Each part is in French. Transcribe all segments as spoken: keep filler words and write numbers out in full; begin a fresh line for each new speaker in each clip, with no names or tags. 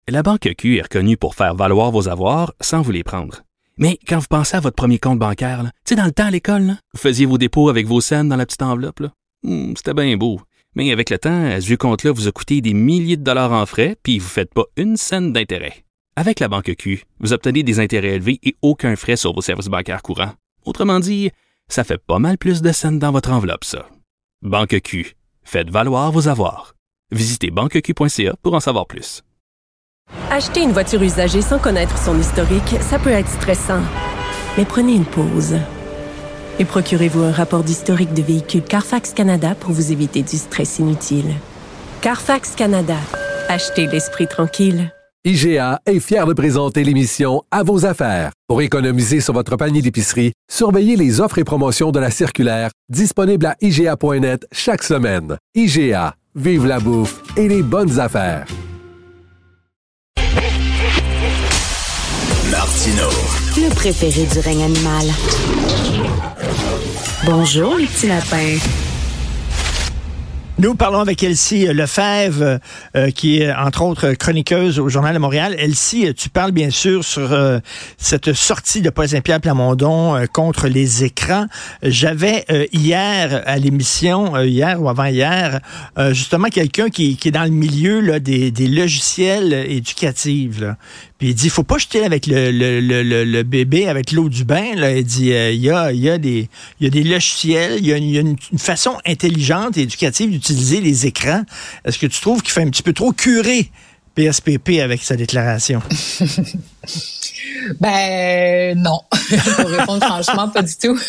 La Banque Q est reconnue pour faire valoir vos avoirs sans vous les prendre. Mais quand vous pensez à votre premier compte bancaire, tu sais, dans le temps à l'école, là, vous faisiez vos dépôts avec vos scènes dans la petite enveloppe. Là. Hum, c'était bien beau. Mais avec le temps, ce vieux compte-là vous a coûté des milliers de dollars en frais, puis vous ne faites pas une scène d'intérêt. Avec la Banque Q, vous obtenez des intérêts élevés et aucun frais sur vos services bancaires courants. Autrement dit, ça fait pas mal plus de scènes dans votre enveloppe, ça. Banque Q. Faites valoir vos avoirs. Visitez banque q point c a pour en savoir plus.
Acheter une voiture usagée sans connaître son historique, ça peut être stressant. Mais prenez une pause. Et procurez-vous un rapport d'historique de véhicule Carfax Canada pour vous éviter du stress inutile. Carfax Canada. Achetez l'esprit tranquille.
I G A est fier de présenter l'émission À vos affaires. Pour économiser sur votre panier d'épicerie, surveillez les offres et promotions de la circulaire disponible à I G A point net chaque semaine. I G A. Vive la bouffe et les bonnes affaires.
Martino.
Le préféré du règne animal. Bonjour, les petits lapins.
Nous parlons avec Elsie Lefebvre, euh, qui est entre autres chroniqueuse au Journal de Montréal. Elsie, tu parles bien sûr sur euh, cette sortie de Paul Saint-Pierre Plamondon euh, contre les écrans. J'avais euh, hier à l'émission, euh, hier ou avant-hier, euh, justement quelqu'un qui, qui est dans le milieu là, des, des logiciels éducatifs. Là. Puis il dit, faut pas jeter avec le, le, le, le bébé avec l'eau du bain. Là. Il dit, il euh, y, a, y, a des, y a des logiciels, il y a, y a une, une façon intelligente et éducative d'utiliser les écrans. Est-ce que tu trouves qu'il fait un petit peu trop curer P S P P avec sa déclaration?
Ben non. Pour répondre franchement, pas du tout.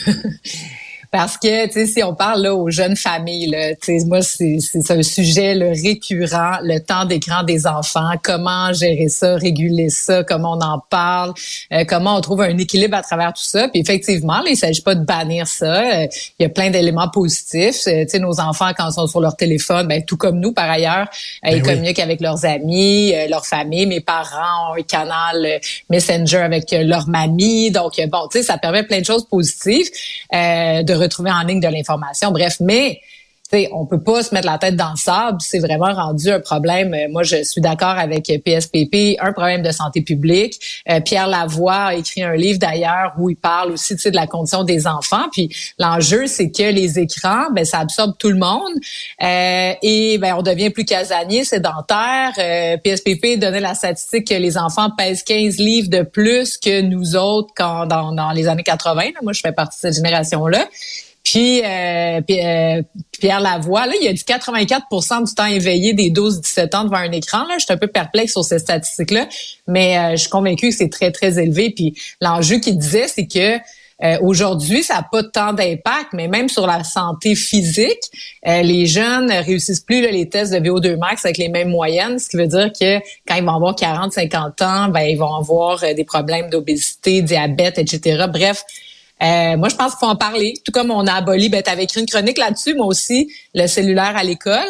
Parce que, tu sais, si on parle là aux jeunes familles, là, tu sais, moi, c'est, c'est un sujet là, récurrent, le temps d'écran des enfants, comment gérer ça, réguler ça, comment on en parle, euh, comment on trouve un équilibre à travers tout ça. Puis effectivement, là, il s'agit pas de bannir ça. Euh, il y a plein d'éléments positifs. Euh, tu sais, nos enfants, quand ils sont sur leur téléphone, ben tout comme nous, par ailleurs, euh, ben ils oui. communiquent avec leurs amis, euh, leur famille. Mes parents ont un canal euh, Messenger avec euh, leur mamie. Donc, euh, bon, tu sais, ça permet plein de choses positives euh, de retrouver en ligne de l'information. Bref, mais t'sais, on peut pas se mettre la tête dans le sable. C'est vraiment rendu un problème. Moi, je suis d'accord avec P S P P, un problème de santé publique. Euh, Pierre Lavoie a écrit un livre d'ailleurs où il parle aussi de la condition des enfants. Puis l'enjeu, c'est que les écrans, ben ça absorbe tout le monde euh, et ben on devient plus casanier, sédentaire. Euh, P S P P donnait la statistique que les enfants pèsent quinze livres de plus que nous autres quand dans, dans les années quatre-vingts. Là. Moi, je fais partie de cette génération-là. Puis, euh, puis euh, Pierre Lavoie, là, il a dit quatre-vingt-quatre pour cent du temps éveillé des douze dix-sept ans devant un écran. Là, je suis un peu perplexe sur ces statistiques-là, mais euh, je suis convaincue que c'est très, très élevé. Puis l'enjeu qu'il disait, c'est que euh, aujourd'hui, ça n'a pas tant d'impact, mais même sur la santé physique, euh, les jeunes réussissent plus là, les tests de V O deux max avec les mêmes moyennes, ce qui veut dire que quand ils vont avoir quarante cinquante ans, ben ils vont avoir euh, des problèmes d'obésité, diabète, et cetera. Bref, Euh, moi, je pense qu'il faut en parler. Tout comme on a aboli, ben, t'avais écrit une chronique là-dessus, moi aussi, le cellulaire à l'école.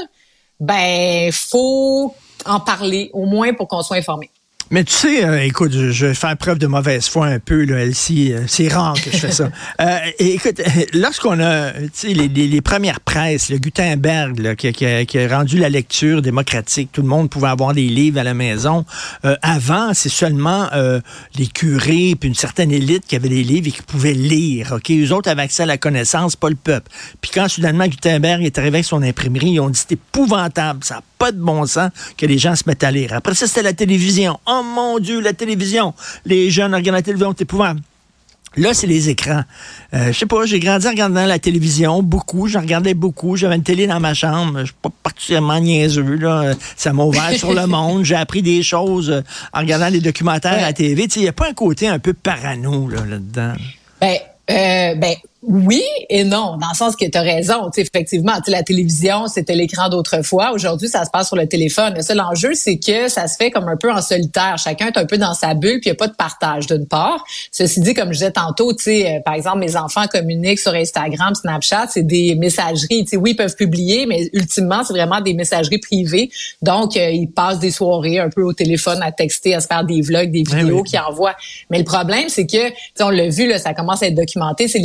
Ben, faut en parler, au moins pour qu'on soit informé.
Mais tu sais, euh, écoute, je, je vais faire preuve de mauvaise foi un peu, là, Elsie. Euh, c'est rare que je fais ça. Euh, et écoute, lorsqu'on a, tu sais, les, les, les premières presses, le Gutenberg, là, qui, qui, a, qui a rendu la lecture démocratique, tout le monde pouvait avoir des livres à la maison. Euh, avant, c'est seulement euh, les curés puis une certaine élite qui avait des livres et qui pouvaient lire. Ok, eux autres avaient accès à la connaissance, pas le peuple. Puis quand soudainement Gutenberg est arrivé avec son imprimerie, ils ont dit c'est épouvantable, ça n'a pas de bon sens que les gens se mettent à lire. Après ça, c'était la télévision. Oh mon Dieu, la télévision. Les jeunes regardent la télévision, c'est épouvantable. Là, c'est les écrans. Euh, je sais pas, j'ai grandi en regardant la télévision, beaucoup. J'en regardais beaucoup. J'avais une télé dans ma chambre. Je suis pas particulièrement niaiseux, là. Ça m'a ouvert sur le monde. J'ai appris des choses en regardant des documentaires à la T V. Tu sais, il n'y a pas un côté un peu parano, là, là-dedans.
Ben, euh, ben, oui et non, dans le sens que tu as raison. Tu sais, effectivement, tu sais, la télévision, c'était l'écran d'autrefois. Aujourd'hui, ça se passe sur le téléphone. Le seul enjeu, c'est que ça se fait comme un peu en solitaire. Chacun est un peu dans sa bulle, puis il n'y a pas de partage, d'une part. Ceci dit, comme je disais tantôt, tu sais, euh, par exemple, mes enfants communiquent sur Instagram, Snapchat, c'est des messageries. Tu sais, oui, ils peuvent publier, mais ultimement, c'est vraiment des messageries privées. Donc, euh, ils passent des soirées un peu au téléphone à texter, à se faire des vlogs, des vidéos oui, oui. qu'ils envoient. Mais le problème, c'est que, tu sais, on l'a vu, là, ça commence à être documenté, c'est les algorithmes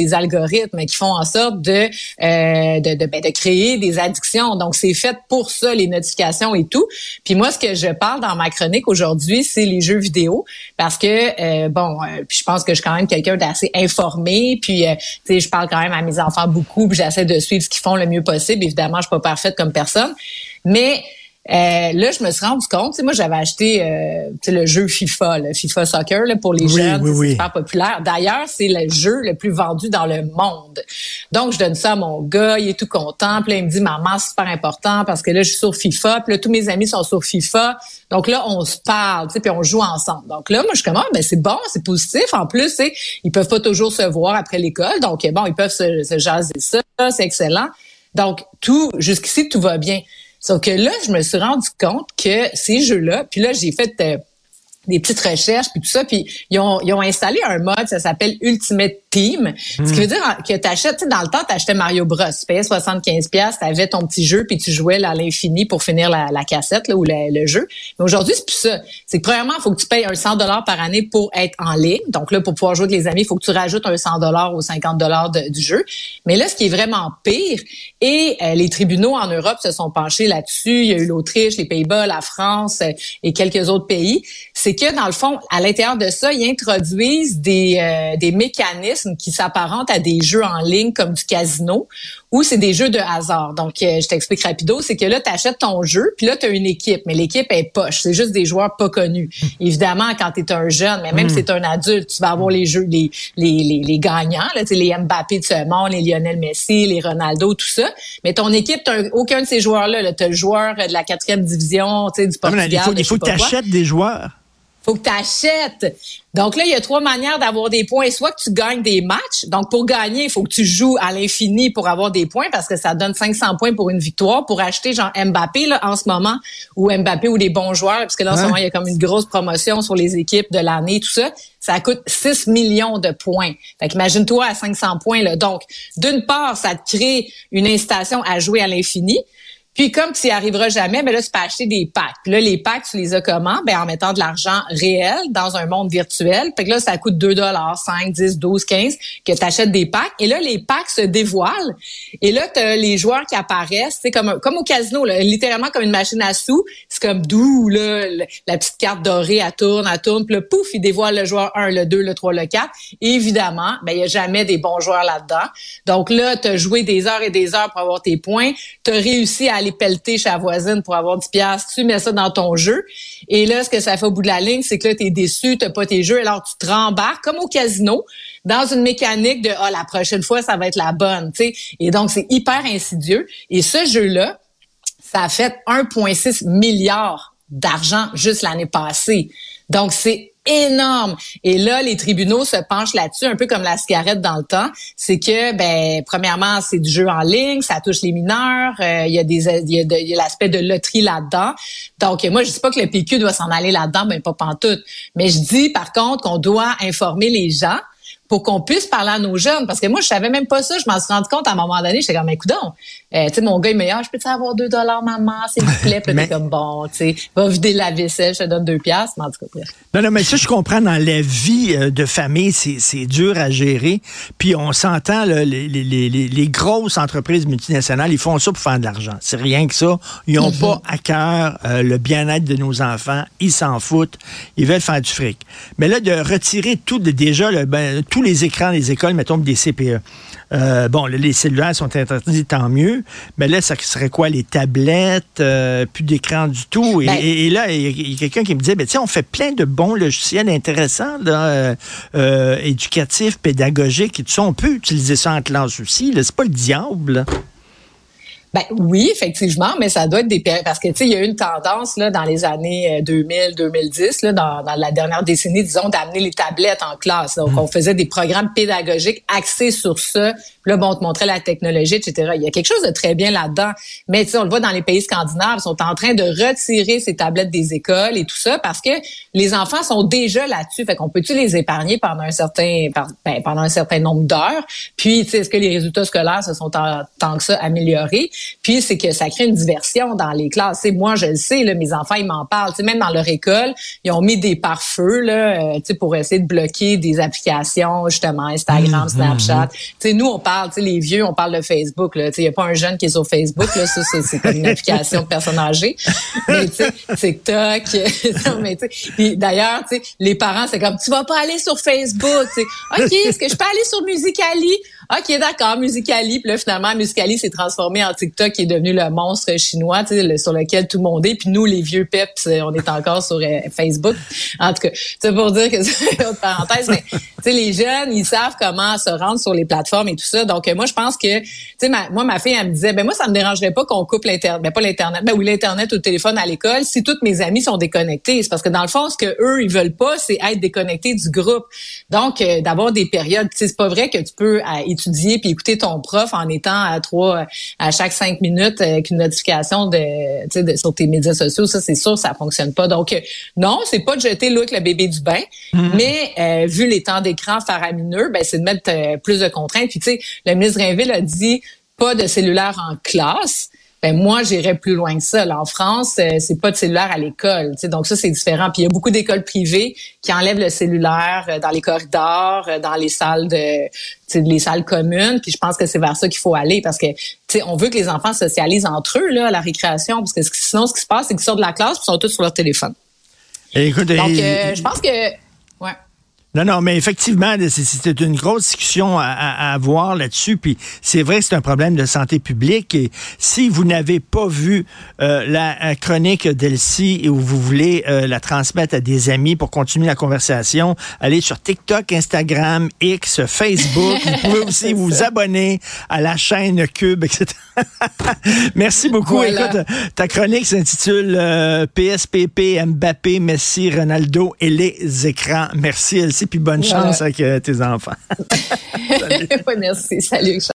algorithmes qui font en sorte de euh, de, de, ben, de créer des addictions. Donc, c'est fait pour ça, les notifications et tout. Puis moi, ce que je parle dans ma chronique aujourd'hui, c'est les jeux vidéo. Parce que, euh, bon, euh, puis je pense que je suis quand même quelqu'un d'assez informé. Puis, euh, tu sais, je parle quand même à mes enfants beaucoup. Puis j'essaie de suivre ce qu'ils font le mieux possible. Évidemment, je suis pas parfaite comme personne. Mais... Euh, là, je me suis rendu compte, tu sais, moi, j'avais acheté euh, tu sais, le jeu FIFA, le FIFA Soccer là, pour les
oui,
jeunes,
oui,
c'est
oui.
super populaire. D'ailleurs, c'est le jeu le plus vendu dans le monde. Donc, je donne ça à mon gars, il est tout content. Puis là, il me dit, maman, c'est super important parce que là, je suis sur FIFA. Puis là, tous mes amis sont sur FIFA. Donc là, on se parle, tu sais, puis on joue ensemble. Donc là, moi, je suis comme, ah, ben c'est bon, c'est positif. En plus, tu sais, ils peuvent pas toujours se voir après l'école. Donc, bon, ils peuvent se, se jaser ça, c'est excellent. Donc, tout, jusqu'ici, tout va bien. Sauf que là, je me suis rendu compte que ces jeux-là, puis là, j'ai fait euh, des petites recherches, puis tout ça, puis ils ont, ils ont installé un mode, ça s'appelle Ultimate Team, mmh. ce qui veut dire que t'achètes, tu sais, dans le temps, t'achetais Mario Bros, tu payais soixante-quinze dollars, t'avais ton petit jeu, puis tu jouais là, à l'infini pour finir la, la cassette là, ou le, le jeu. Mais aujourd'hui, c'est plus ça. C'est que premièrement, il faut que tu payes un cent dollars par année pour être en ligne. Donc là, pour pouvoir jouer avec les amis, il faut que tu rajoutes un cent dollars ou cinquante dollars de, du jeu. Mais là, ce qui est vraiment pire, et euh, les tribunaux en Europe se sont penchés là-dessus, il y a eu l'Autriche, les Pays-Bas, la France euh, et quelques autres pays, c'est que dans le fond, à l'intérieur de ça, ils introduisent des, euh, des mécanismes qui s'apparentent à des jeux en ligne comme du casino ou c'est des jeux de hasard. Donc, euh, je t'explique rapido, c'est que là, tu achètes ton jeu, puis là, tu as une équipe, mais l'équipe est poche. C'est juste des joueurs pas connus. Évidemment, quand tu es un jeune, mais même mmh. si tu es un adulte, tu vas avoir les jeux, les les les, les gagnants, là, les Mbappé de ce monde, les Lionel Messi, les Ronaldo, tout ça. Mais ton équipe, t'as un, aucun de ces joueurs-là. Tu as le joueur de la quatrième division, tu sais, du Portugal.
Il faut, il faut que tu achètes des joueurs.
Faut que tu achètes. Donc là, il y a trois manières d'avoir des points. Soit que tu gagnes des matchs. Donc, pour gagner, il faut que tu joues à l'infini pour avoir des points parce que ça donne cinq cents points pour une victoire. Pour acheter genre Mbappé là en ce moment ou Mbappé ou des bons joueurs, parce que là, en hein? ce moment, il y a comme une grosse promotion sur les équipes de l'année, tout ça. Ça coûte six millions de points. Fait qu'imagine-toi à cinq cents points. Là. Donc, d'une part, ça te crée une incitation à jouer à l'infini. Puis comme tu n'y arriveras jamais, ben là, tu peux acheter des packs. Puis là, les packs, tu les as comment? Ben en mettant de l'argent réel dans un monde virtuel. Fait que là, ça coûte deux dollars, cinq, dix, douze, quinze, que tu achètes des packs. Et là, les packs se dévoilent. Et là, tu as les joueurs qui apparaissent. C'est comme comme au casino, là, littéralement comme une machine à sous. C'est comme d'où, là, la petite carte dorée, elle tourne, elle tourne. Puis là, pouf, il dévoile le joueur un, le deux, le trois, le quatre. Et évidemment, ben il n'y a jamais des bons joueurs là-dedans. Donc là, tu as joué des heures et des heures pour avoir tes points. Tu as réussi à aller pelleter chez la voisine pour avoir dix piastres, tu mets ça dans ton jeu. Et là, ce que ça fait au bout de la ligne, c'est que là, t'es déçu, t'as pas tes jeux, alors tu te rembarques, comme au casino, dans une mécanique de « Ah, la prochaine fois, ça va être la bonne », tu sais. Et donc, c'est hyper insidieux. Et ce jeu-là, ça a fait un virgule six milliard d'argent juste l'année passée. Donc, c'est énorme. Et là, les tribunaux se penchent là-dessus, un peu comme la cigarette dans le temps. C'est que, ben, premièrement, c'est du jeu en ligne, ça touche les mineurs, euh, il y a des, il y a, de, il y a l'aspect de loterie là-dedans. Donc, moi, je dis pas que le P Q doit s'en aller là-dedans, ben pas pantoute. Mais je dis, par contre, qu'on doit informer les gens pour qu'on puisse parler à nos jeunes. Parce que moi, je savais même pas ça. Je m'en suis rendu compte à un moment donné. J'étais comme, mais coudonc, euh, tu sais, mon gars, il me dit, ah, je peux-tu avoir deux dollars, maman, s'il vous plaît? Puis là, t'es comme, bon, tu sais, va vider la vaisselle, je te donne deux piastres. Mais en tout cas, bref.
Non, non, mais ça, je comprends, dans la vie de famille, c'est, c'est dur à gérer. Puis on s'entend, là, les, les, les, les grosses entreprises multinationales, ils font ça pour faire de l'argent. C'est rien que ça. Ils n'ont mm-hmm. pas à cœur euh, le bien-être de nos enfants. Ils s'en foutent. Ils veulent faire du fric. Mais là, de retirer tout, de, déjà, le, ben, tous les écrans des écoles, mettons, des C P E. Euh, bon, là, les cellulaires sont interdits, tant mieux. Mais là, ça serait quoi? Les tablettes, euh, plus d'écran du tout. Et, ben, et, et là, il y, y a quelqu'un qui me disait, ben, tu sais, on fait plein de bons logiciels intéressants, là, euh, euh, éducatifs, pédagogiques et tout ça. On peut utiliser ça en classe aussi. Là. C'est pas le diable, là.
Ben oui, effectivement, mais ça doit être des périodes parce que tu sais, il y a eu une tendance là dans les années deux mille, deux mille dix là dans, dans la dernière décennie, disons, d'amener les tablettes en classe. Donc mmh. on faisait des programmes pédagogiques axés sur ça. Puis là, bon, on te montrait la technologie, et cetera. Il y a quelque chose de très bien là-dedans. Mais tu sais, on le voit dans les pays scandinaves, ils sont en train de retirer ces tablettes des écoles et tout ça parce que les enfants sont déjà là-dessus. Fait qu'on peut-tu les épargner pendant un certain ben, pendant un certain nombre d'heures. Puis, tu sais, est-ce que les résultats scolaires se sont tant, tant que ça améliorés? Puis c'est que ça crée une diversion dans les classes. T'sais, moi, je le sais, là, mes enfants, ils m'en parlent. T'sais, même dans leur école, ils ont mis des pare-feux là, euh, pour essayer de bloquer des applications, justement, Instagram, mmh, Snapchat. Mmh. T'sais, nous, on parle, les vieux, on parle de Facebook. Il n'y a pas un jeune qui est sur Facebook. Là, ça, c'est, c'est comme une application de personnes âgées. Mais tu sais, TikTok. non, mais tu sais, puis d'ailleurs, tu sais, les parents, c'est comme, tu vas pas aller sur Facebook. Tu sais, OK, est-ce que je peux aller sur Musical.ly? OK, d'accord, Musical.ly. Puis là, finalement, Musical.ly s'est transformé en TikTok, qui est devenu le monstre chinois, tu sais, le, sur lequel tout le monde est. Puis nous, les vieux peps, on est encore sur euh, Facebook. En tout cas, c'est pour dire que c'est une autre parenthèse, mais tu sais, les jeunes, ils savent comment se rendre sur les plateformes et tout ça. Donc, euh, moi, je pense que, tu sais, ma, moi, ma fille, elle me disait, ben moi, ça me dérangerait pas qu'on coupe l'Internet, ben pas l'Internet, ben oui, l'Internet ou le téléphone à l'école si toutes mes amies sont déconnectées. C'est parce que dans le fond, ce que eux, ils veulent pas, c'est être déconnectés du groupe. Donc, euh, d'avoir des périodes, tu sais, c'est pas vrai que tu peux euh, étudier puis écouter ton prof en étant à trois, à chaque cinq minutes avec une notification de, tu sais, de, sur tes médias sociaux. Ça, c'est sûr, ça fonctionne pas. Donc, euh, non, c'est pas de jeter l'eau avec le bébé du bain, mmh. mais euh, vu les temps d'écran faramineux, ben c'est de mettre euh, plus de contraintes. Puis, tu sais, le ministre Rainville a dit pas de cellulaire en classe. Ben moi, j'irais plus loin que ça. Là, en France, euh, c'est pas de cellulaire à l'école. Tu sais, donc ça, c'est différent. Puis il y a beaucoup d'écoles privées qui enlèvent le cellulaire euh, dans les corridors, euh, dans les salles de, tu sais, les salles communes. Puis je pense que c'est vers ça qu'il faut aller parce que, tu sais, on veut que les enfants socialisent entre eux là à la récréation, parce que sinon, ce qui se passe, c'est qu'ils sortent de la classe puis ils sont tous sur leur téléphone.
Et écoute,
donc,
et...
euh, je pense que, ouais.
Non, non, mais effectivement, c'était une grosse discussion à, à, à avoir là-dessus. Puis c'est vrai que c'est un problème de santé publique. Et si vous n'avez pas vu euh, la chronique d'Elsie et où vous voulez euh, la transmettre à des amis pour continuer la conversation, allez sur TikTok, Instagram, X, Facebook. Vous pouvez aussi vous ça. abonner à la chaîne Cube, et cetera. Merci beaucoup. Voilà. Écoute, ta chronique s'intitule euh, P S P P, Mbappé, Messi, Ronaldo et les écrans. Merci, Elsie. Puis bonne chance voilà. avec euh, tes enfants.
Oui, merci. Salut.